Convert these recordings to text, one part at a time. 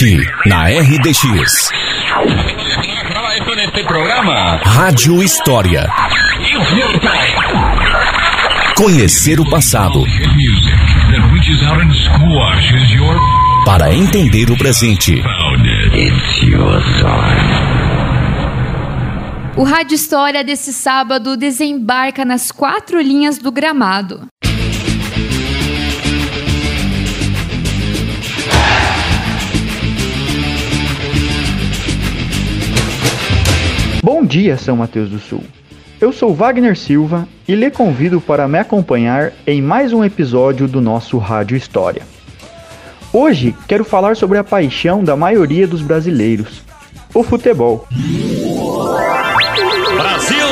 Aqui, na RDX. Rádio História. Conhecer o passado. Para entender o presente. O Rádio História desse sábado desembarca nas 4 linhas do gramado. Bom dia, São Mateus do Sul. Eu sou Wagner Silva e lhe convido para me acompanhar em mais um episódio do nosso Rádio História. Hoje quero falar sobre a paixão da maioria dos brasileiros, o futebol. Brasil!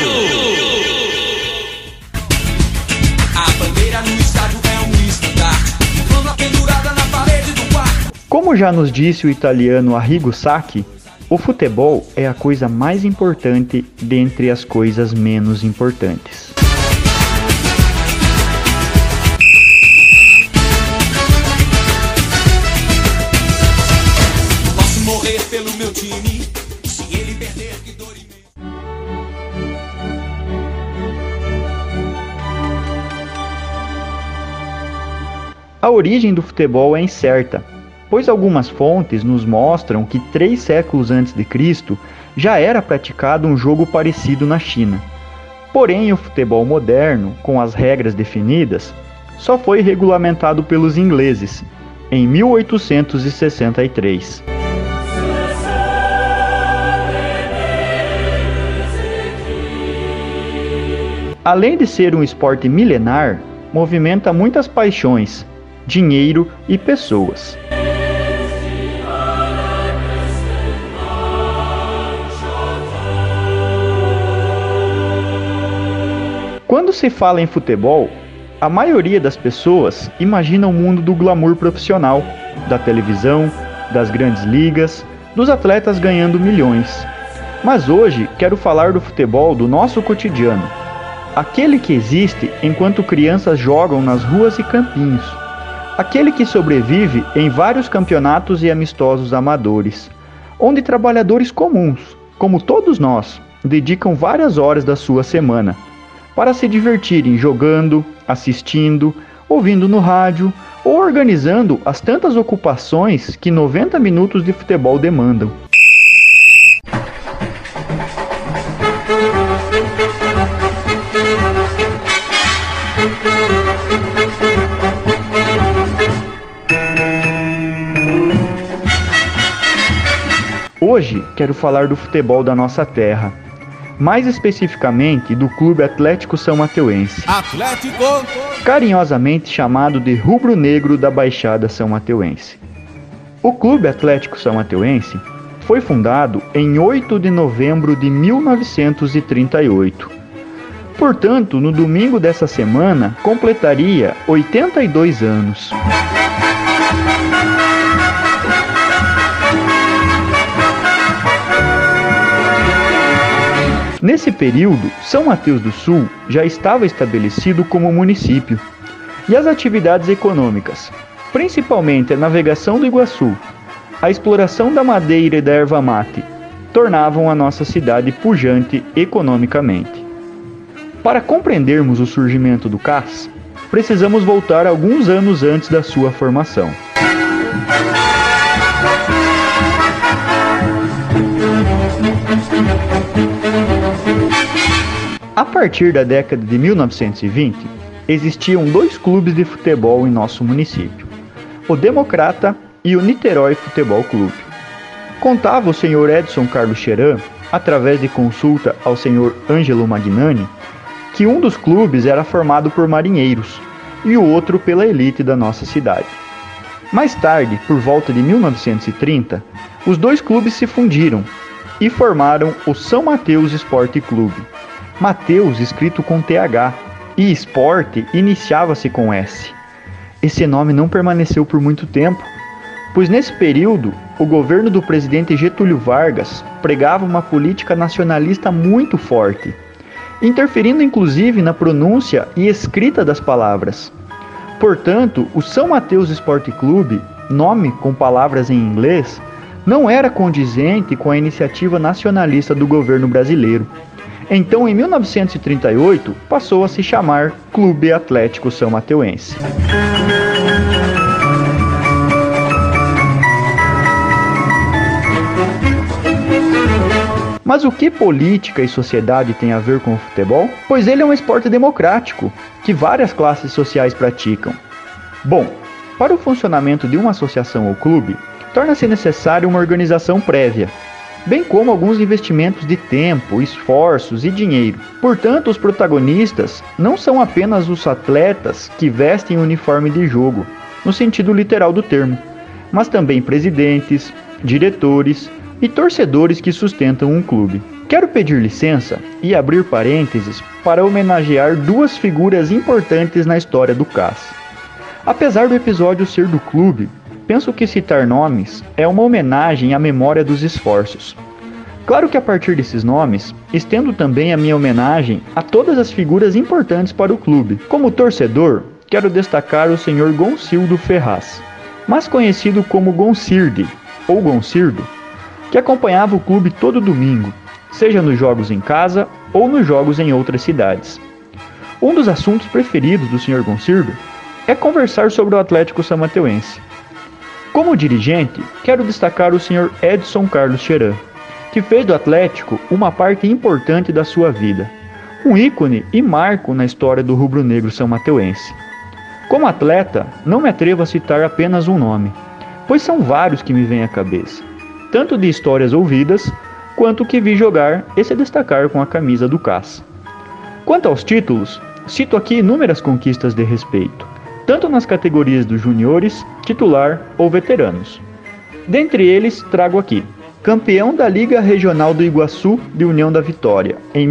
A bandeira no estádio é um estandarte, flama pendurada na parede do quarto. Como já nos disse o italiano Arrigo Sacchi, o futebol é a coisa mais importante dentre as coisas menos importantes. Posso morrer pelo meu time, se ele perder, que dor imensa. A origem do futebol é incerta, pois algumas fontes nos mostram que 3 séculos antes de Cristo já era praticado um jogo parecido na China. Porém, o futebol moderno, com as regras definidas, só foi regulamentado pelos ingleses, em 1863. Além de ser um esporte milenar, movimenta muitas paixões, dinheiro e pessoas. Quando se fala em futebol, a maioria das pessoas imagina o mundo do glamour profissional, da televisão, das grandes ligas, dos atletas ganhando milhões. Mas hoje quero falar do futebol do nosso cotidiano, aquele que existe enquanto crianças jogam nas ruas e campinhos, aquele que sobrevive em vários campeonatos e amistosos amadores, onde trabalhadores comuns, como todos nós, dedicam várias horas da sua semana para se divertirem jogando, assistindo, ouvindo no rádio ou organizando as tantas ocupações que 90 minutos de futebol demandam. Hoje quero falar do futebol da nossa terra, mais especificamente do Clube Atlético São Mateuense, carinhosamente chamado de Rubro-Negro da Baixada São Mateuense. O Clube Atlético São Mateuense foi fundado em 8 de novembro de 1938. Portanto, no domingo dessa semana, completaria 82 anos. Nesse período, São Mateus do Sul já estava estabelecido como município, e as atividades econômicas, principalmente a navegação do Iguaçu, a exploração da madeira e da erva mate, tornavam a nossa cidade pujante economicamente. Para compreendermos o surgimento do CAS, precisamos voltar alguns anos antes da sua formação. A partir da década de 1920, existiam 2 clubes de futebol em nosso município, o Democrata e o Niterói Futebol Clube. Contava o senhor Edson Carlos Cheran, através de consulta ao senhor Ângelo Magnani, que um dos clubes era formado por marinheiros e o outro pela elite da nossa cidade. Mais tarde, por volta de 1930, os 2 clubes se fundiram e formaram o São Mateus Esporte Clube. Mateus escrito com TH e esporte iniciava-se com S. Esse nome não permaneceu por muito tempo, pois nesse período o governo do presidente Getúlio Vargas pregava uma política nacionalista muito forte, interferindo inclusive na pronúncia e escrita das palavras. Portanto, o São Mateus Esporte Clube nome com palavras em inglês, não era condizente com a iniciativa nacionalista do governo brasileiro. Então, em 1938, passou a se chamar Clube Atlético São Mateuense. Mas o que política e sociedade tem a ver com o futebol? Pois ele é um esporte democrático, que várias classes sociais praticam. Bom, para o funcionamento de uma associação ou clube, torna-se necessária uma organização prévia, bem como alguns investimentos de tempo, esforços e dinheiro. Portanto, os protagonistas não são apenas os atletas que vestem o uniforme de jogo, no sentido literal do termo, mas também presidentes, diretores e torcedores que sustentam um clube. Quero pedir licença e abrir parênteses para homenagear duas figuras importantes na história do CAS. Apesar do episódio ser do clube, penso que citar nomes é uma homenagem à memória dos esforços. Claro que a partir desses nomes, estendo também a minha homenagem a todas as figuras importantes para o clube. Como torcedor, quero destacar o Sr. Goncildo Ferraz, mais conhecido como Goncirde, ou Goncirdo, que acompanhava o clube todo domingo, seja nos jogos em casa ou nos jogos em outras cidades. Um dos assuntos preferidos do Sr. Goncirdo é conversar sobre o Atlético São Mateuense. Como dirigente, quero destacar o Sr. Edson Carlos Cheran, que fez do Atlético uma parte importante da sua vida, um ícone e marco na história do rubro-negro são mateuense. Como atleta, não me atrevo a citar apenas um nome, pois são vários que me vêm à cabeça, tanto de histórias ouvidas, quanto que vi jogar e se destacar com a camisa do CAS. Quanto aos títulos, cito aqui inúmeras conquistas de respeito, tanto nas categorias dos juniores, titular ou veteranos. Dentre eles, trago aqui: campeão da Liga Regional do Iguaçu de União da Vitória, em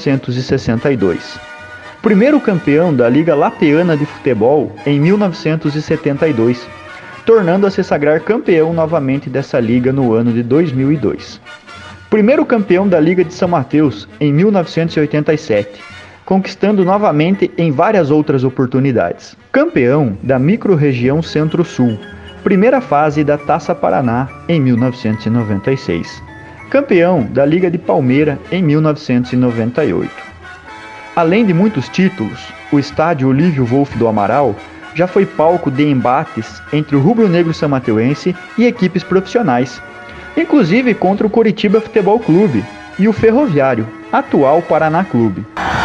1962. Primeiro campeão da Liga Lapeana de Futebol, em 1972. Tornando a se sagrar campeão novamente dessa liga no ano de 2002. Primeiro campeão da Liga de São Mateus, em 1987, conquistando novamente em várias outras oportunidades. Campeão da microrregião Centro-Sul, primeira fase da Taça Paraná, em 1996. Campeão da Liga de Palmeira, em 1998. Além de muitos títulos, o estádio Olívio Wolff do Amaral já foi palco de embates entre o rubro-negro são mateuense e equipes profissionais, inclusive contra o Coritiba Futebol Clube e o Ferroviário, atual Paraná Clube.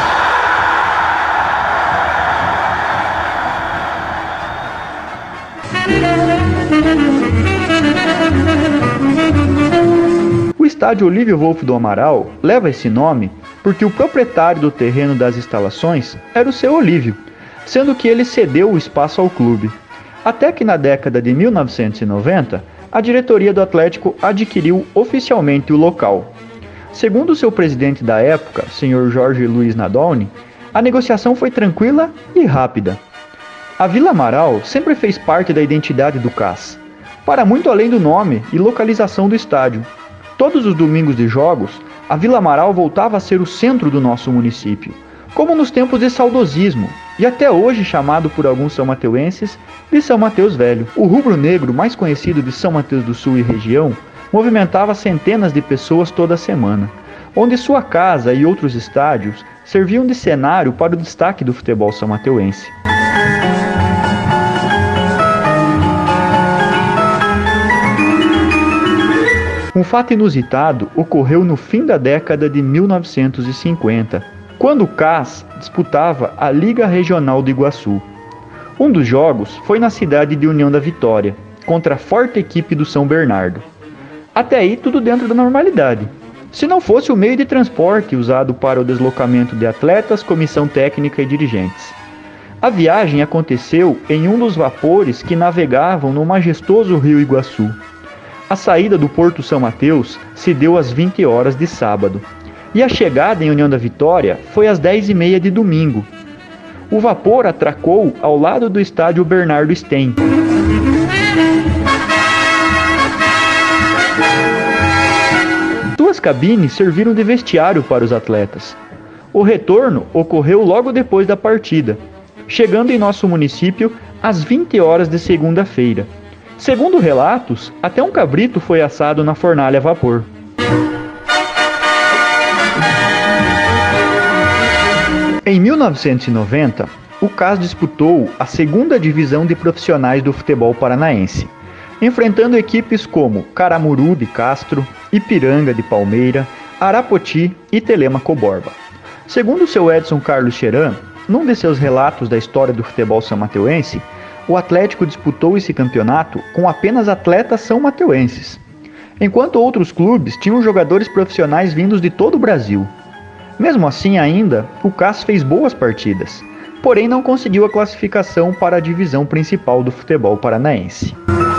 O estádio Olívio Wolff do Amaral leva esse nome porque o proprietário do terreno das instalações era o seu Olívio, sendo que ele cedeu o espaço ao clube. Até que na década de 1990, a diretoria do Atlético adquiriu oficialmente o local. Segundo seu presidente da época, Sr. Jorge Luiz Nadolny, a negociação foi tranquila e rápida. A Vila Amaral sempre fez parte da identidade do CAS, para muito além do nome e localização do estádio. Todos os domingos de jogos, a Vila Amaral voltava a ser o centro do nosso município, como nos tempos de saudosismo, e até hoje chamado por alguns são mateuenses de São Mateus Velho. O rubro-negro mais conhecido de São Mateus do Sul e região movimentava centenas de pessoas toda semana, onde sua casa e outros estádios serviam de cenário para o destaque do futebol são mateuense. Um fato inusitado ocorreu no fim da década de 1950, quando o CAS disputava a Liga Regional do Iguaçu. Um dos jogos foi na cidade de União da Vitória, contra a forte equipe do São Bernardo. Até aí tudo dentro da normalidade, se não fosse o meio de transporte usado para o deslocamento de atletas, comissão técnica e dirigentes. A viagem aconteceu em um dos vapores que navegavam no majestoso rio Iguaçu. A saída do Porto São Mateus se deu às 20 horas de sábado, e a chegada em União da Vitória foi às 10h30 de domingo. O vapor atracou ao lado do estádio Bernardo Stein. Duas cabines serviram de vestiário para os atletas. O retorno ocorreu logo depois da partida, chegando em nosso município às 20 horas de segunda-feira, Segundo relatos, até um cabrito foi assado na fornalha a vapor. Em 1990, o CAS disputou a segunda divisão de profissionais do futebol paranaense, enfrentando equipes como Caramuru de Castro, Ipiranga de Palmeira, Arapoti e Telêmaco Borba. Segundo o seu Edson Carlos Cheran, num de seus relatos da história do futebol são-mateuense, o Atlético disputou esse campeonato com apenas atletas são-mateuenses, enquanto outros clubes tinham jogadores profissionais vindos de todo o Brasil. Mesmo assim, ainda, o CAS fez boas partidas, porém não conseguiu a classificação para a divisão principal do futebol paranaense.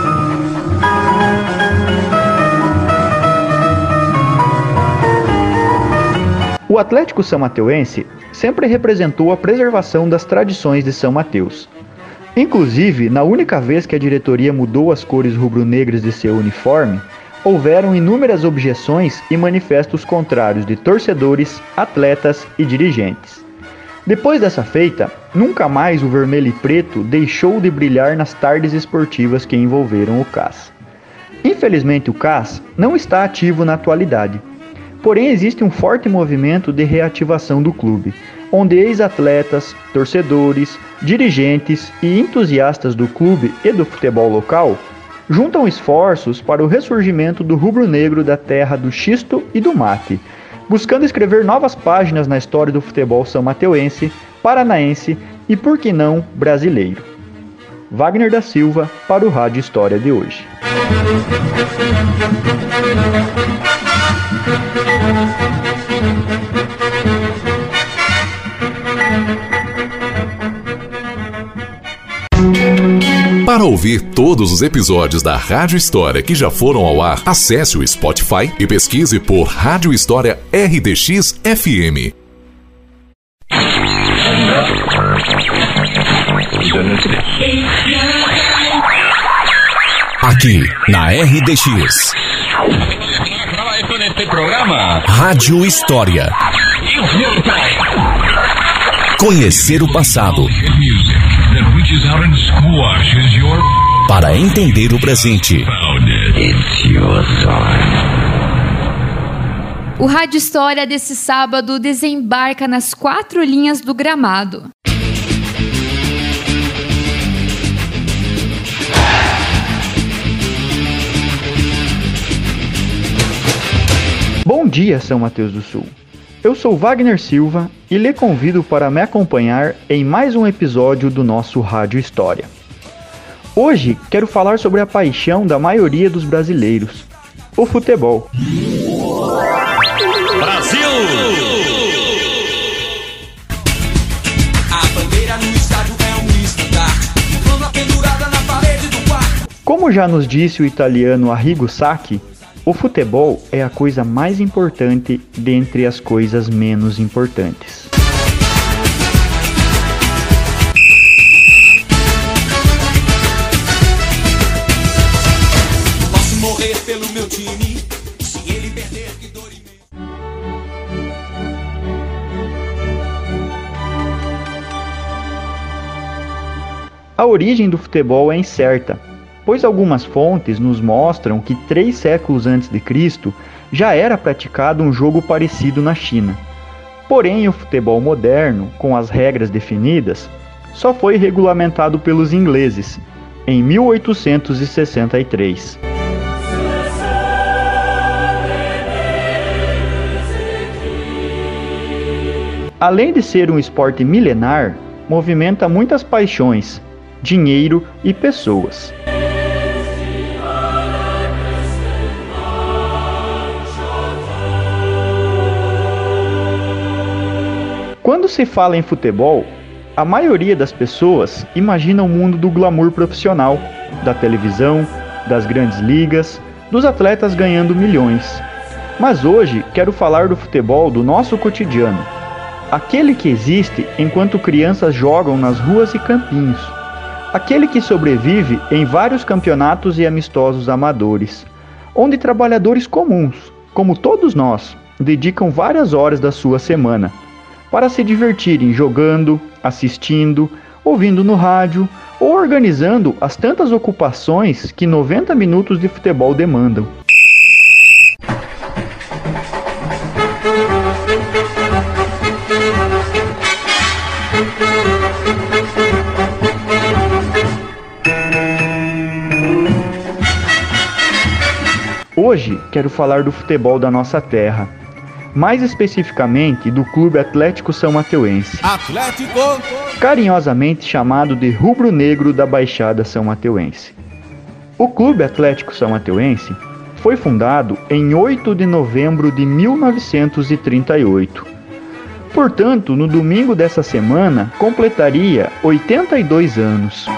O Atlético São-Mateuense sempre representou a preservação das tradições de São Mateus. Inclusive, na única vez que a diretoria mudou as cores rubro-negras de seu uniforme, houveram inúmeras objeções e manifestos contrários de torcedores, atletas e dirigentes. Depois dessa feita, nunca mais o vermelho e preto deixou de brilhar nas tardes esportivas que envolveram o CAS. Infelizmente, o CAS não está ativo na atualidade. Porém, existe um forte movimento de reativação do clube, onde ex-atletas, torcedores, dirigentes e entusiastas do clube e do futebol local juntam esforços para o ressurgimento do rubro-negro da terra do xisto e do mate, buscando escrever novas páginas na história do futebol são-mateuense, paranaense e, por que não, brasileiro. Wagner da Silva para o Rádio História de hoje. Para ouvir todos os episódios da Rádio História que já foram ao ar, acesse o Spotify e pesquise por Rádio História RDX FM. Aqui na RDX. Rádio História. Conhecer o passado. Para entender o presente. O Rádio História desse sábado desembarca nas 4 linhas do gramado. Bom dia, São Mateus do Sul. Eu sou Wagner Silva e lhe convido para me acompanhar em mais um episódio do nosso Rádio História. Hoje quero falar sobre a paixão da maioria dos brasileiros, o futebol. Brasil! A bandeira no estádio é um estandarte, flama pendurada na parede do quarto. Como já nos disse o italiano Arrigo Sacchi, o futebol é a coisa mais importante dentre as coisas menos importantes. Posso morrer pelo meu time, se ele perder, que dor imensa. A origem do futebol é incerta, pois algumas fontes nos mostram que 3 séculos antes de Cristo já era praticado um jogo parecido na China. Porém, o futebol moderno, com as regras definidas, só foi regulamentado pelos ingleses, em 1863. Além de ser um esporte milenar, movimenta muitas paixões, dinheiro e pessoas. Quando se fala em futebol, a maioria das pessoas imagina o mundo do glamour profissional, da televisão, das grandes ligas, dos atletas ganhando milhões. Mas hoje quero falar do futebol do nosso cotidiano, aquele que existe enquanto crianças jogam nas ruas e campinhos, aquele que sobrevive em vários campeonatos e amistosos amadores, onde trabalhadores comuns, como todos nós, dedicam várias horas da sua semana para se divertirem jogando, assistindo ouvindo no rádio ou organizando as tantas ocupações que 90 minutos de futebol demandam. Hoje quero falar do futebol da nossa terra, mais especificamente do Clube Atlético São Mateuense, carinhosamente chamado de Rubro Negro da Baixada São Mateuense. O Clube Atlético São Mateuense foi fundado em 8 de novembro de 1938. Portanto, no domingo dessa semana, completaria 82 anos.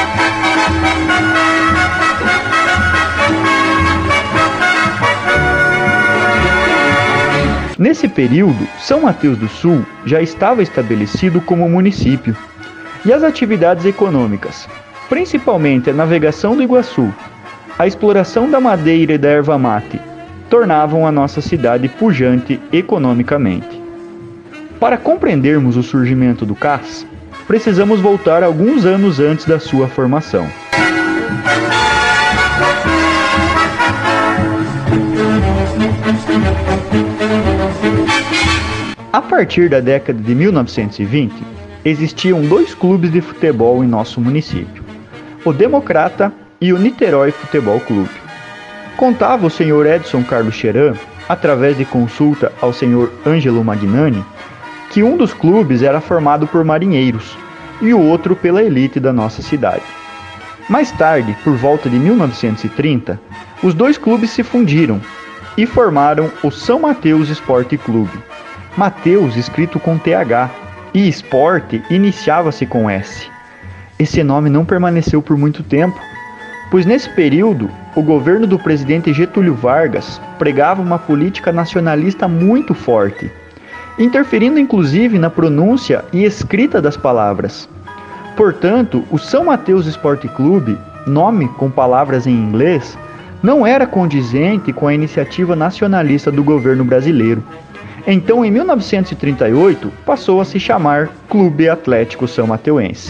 Nesse período, São Mateus do Sul já estava estabelecido como município, e as atividades econômicas, principalmente a navegação do Iguaçu, a exploração da madeira e da erva mate, tornavam a nossa cidade pujante economicamente. Para compreendermos o surgimento do CAS, precisamos voltar alguns anos antes da sua formação. A partir da década de 1920, existiam dois clubes de futebol em nosso município, o Democrata e o Niterói Futebol Clube. Contava o senhor Edson Carlos Cheran, através de consulta ao senhor Ângelo Magnani, que um dos clubes era formado por marinheiros e o outro pela elite da nossa cidade. Mais tarde, por volta de 1930, os dois clubes se fundiram e formaram o São Mateus Esporte Clube. Mateus escrito com TH e esporte iniciava-se com S. Esse nome não permaneceu por muito tempo, pois nesse período o governo do presidente Getúlio Vargas pregava uma política nacionalista muito forte, interferindo inclusive na pronúncia e escrita das palavras. Portanto, o São Mateus Esporte Clube, nome com palavras em inglês, não era condizente com a iniciativa nacionalista do governo brasileiro. Então, em 1938, passou a se chamar Clube Atlético São Mateuense.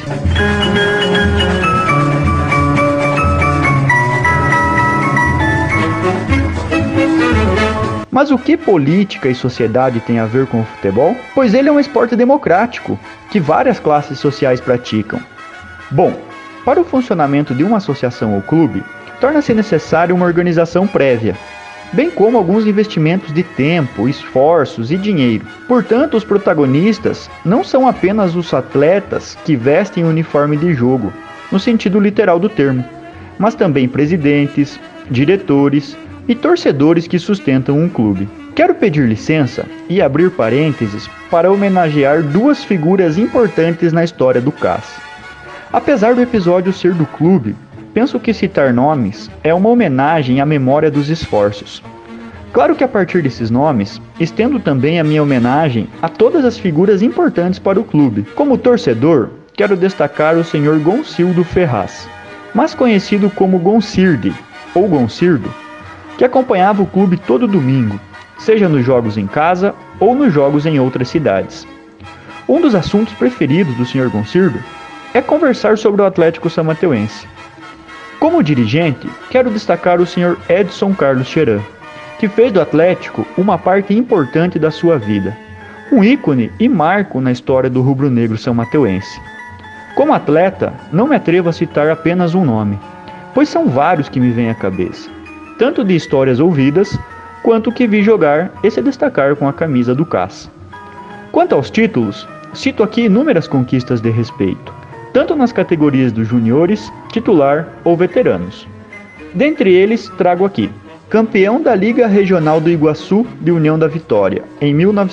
Mas o que política e sociedade tem a ver com o futebol? Pois ele é um esporte democrático, que várias classes sociais praticam. Bom, para o funcionamento de uma associação ou clube, torna-se necessária uma organização prévia, bem como alguns investimentos de tempo, esforços e dinheiro. Portanto, os protagonistas não são apenas os atletas que vestem o uniforme de jogo, no sentido literal do termo, mas também presidentes, diretores e torcedores que sustentam um clube. Quero pedir licença e abrir parênteses para homenagear duas figuras importantes na história do CAS. Apesar do episódio ser do clube, penso que citar nomes é uma homenagem à memória dos esforços. Claro que a partir desses nomes, estendo também a minha homenagem a todas as figuras importantes para o clube. Como torcedor, quero destacar o senhor Goncildo Ferraz, mais conhecido como Goncirde, ou Goncirdo, que acompanhava o clube todo domingo, seja nos jogos em casa ou nos jogos em outras cidades. Um dos assuntos preferidos do senhor Goncirdo é conversar sobre o Atlético São Mateuense. Como dirigente, quero destacar o Sr. Edson Carlos Cheran, que fez do Atlético uma parte importante da sua vida, um ícone e marco na história do rubro-negro são mateuense. Como atleta, não me atrevo a citar apenas um nome, pois são vários que me vêm à cabeça, tanto de histórias ouvidas, quanto que vi jogar e se destacar com a camisa do CAS. Quanto aos títulos, cito aqui inúmeras conquistas de respeito, tanto nas categorias dos juniores, titular ou veteranos. Dentre eles, trago aqui: campeão da Liga Regional do Iguaçu de União da Vitória, em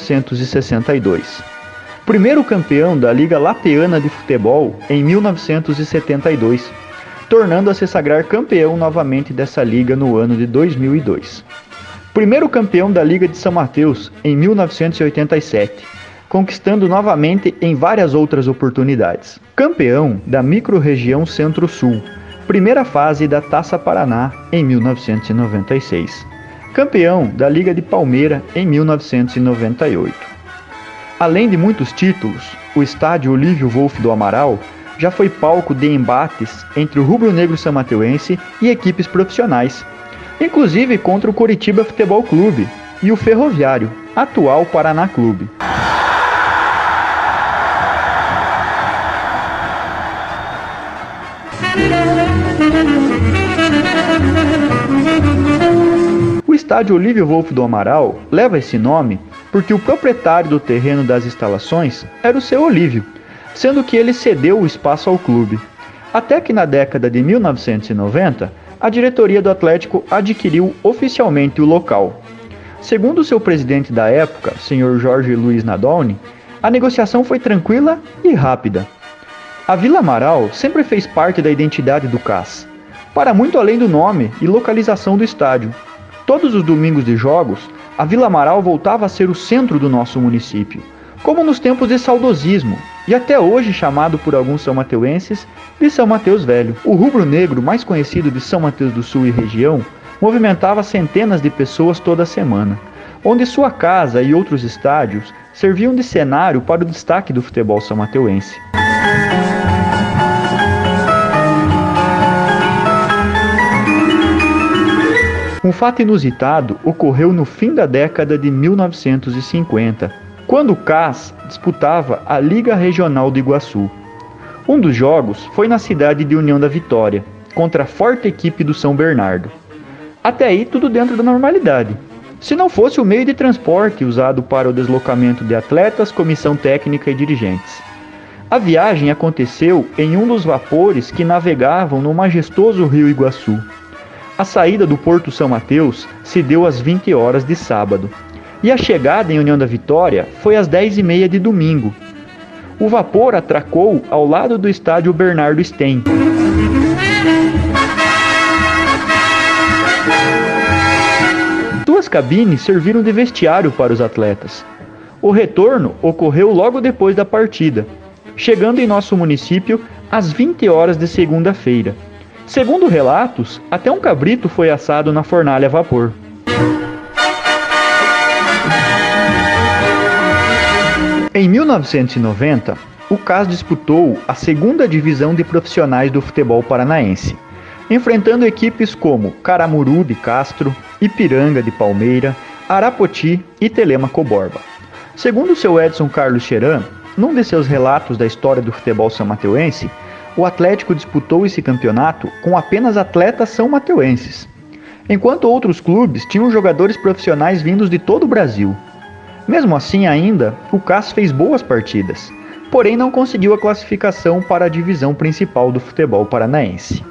1962. Primeiro campeão da Liga Lapeana de Futebol, em 1972, tornando a se sagrar campeão novamente dessa liga no ano de 2002. Primeiro campeão da Liga de São Mateus, em 1987. Conquistando novamente em várias outras oportunidades. Campeão da microrregião Centro-Sul, primeira fase da Taça Paraná em 1996. Campeão da Liga de Palmeira em 1998. Além de muitos títulos, o estádio Olívio Wolff do Amaral já foi palco de embates entre o rubro-negro são-mateuense e equipes profissionais, inclusive contra o Coritiba Futebol Clube e o Ferroviário, atual Paraná Clube. O estádio Olívio Wolff do Amaral leva esse nome porque o proprietário do terreno das instalações era o seu Olívio, sendo que ele cedeu o espaço ao clube. Até que na década de 1990, a diretoria do Atlético adquiriu oficialmente o local. Segundo seu presidente da época, Sr. Jorge Luiz Nadolny, a negociação foi tranquila e rápida. A Vila Amaral sempre fez parte da identidade do CAS, para muito além do nome e localização do estádio. Todos os domingos de jogos, a Vila Amaral voltava a ser o centro do nosso município, como nos tempos de saudosismo, e até hoje chamado por alguns são-mateuenses de São Mateus Velho. O rubro-negro mais conhecido de São Mateus do Sul e região movimentava centenas de pessoas toda semana, onde sua casa e outros estádios serviam de cenário para o destaque do futebol são-mateuense. Um fato inusitado ocorreu no fim da década de 1950, quando o CAS disputava a Liga Regional do Iguaçu. Um dos jogos foi na cidade de União da Vitória, contra a forte equipe do São Bernardo. Até aí tudo dentro da normalidade, se não fosse o meio de transporte usado para o deslocamento de atletas, comissão técnica e dirigentes. A viagem aconteceu em um dos vapores que navegavam no majestoso rio Iguaçu. A saída do Porto São Mateus se deu às 20 horas de sábado, e a chegada em União da Vitória foi às 10h30 de domingo. O vapor atracou ao lado do estádio Bernardo Stein. Duas cabines serviram de vestiário para os atletas. O retorno ocorreu logo depois da partida, chegando em nosso município às 20 horas de segunda-feira. Segundo relatos, até um cabrito foi assado na fornalha a vapor. Em 1990, o CAS disputou a segunda divisão de profissionais do futebol paranaense, enfrentando equipes como Caramuru de Castro, Ipiranga de Palmeira, Arapoti e Telêmaco Borba. Segundo seu Edson Carlos Cheran, num de seus relatos da história do futebol são-mateuense, o Atlético disputou esse campeonato com apenas atletas são-mateuenses, enquanto outros clubes tinham jogadores profissionais vindos de todo o Brasil. Mesmo assim ainda, o CAS fez boas partidas, porém não conseguiu a classificação para a divisão principal do futebol paranaense.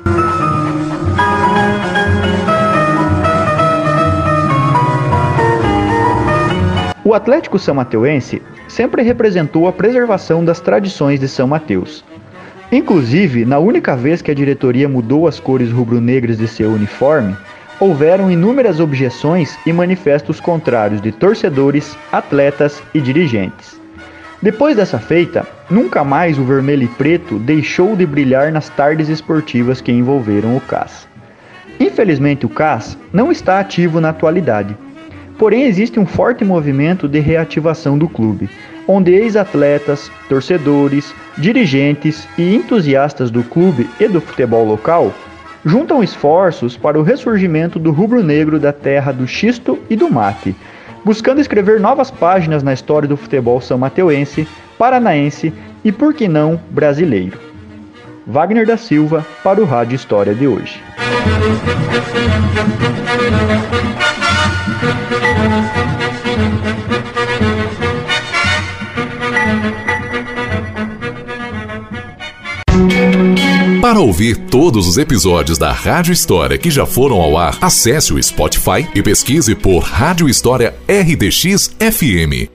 O Atlético são-mateuense sempre representou a preservação das tradições de São Mateus. Inclusive, na única vez que a diretoria mudou as cores rubro-negras de seu uniforme, houveram inúmeras objeções e manifestos contrários de torcedores, atletas e dirigentes. Depois dessa feita, nunca mais o vermelho e preto deixou de brilhar nas tardes esportivas que envolveram o CAS. Infelizmente, o CAS não está ativo na atualidade, porém existe um forte movimento de reativação do clube, onde ex-atletas, torcedores, dirigentes e entusiastas do clube e do futebol local juntam esforços para o ressurgimento do rubro-negro da terra do xisto e do mate, buscando escrever novas páginas na história do futebol são-mateuense, paranaense e, por que não, brasileiro. Wagner da Silva para o Rádio História de hoje. Para ouvir todos os episódios da Rádio História que já foram ao ar, acesse o Spotify e pesquise por Rádio História RDX FM.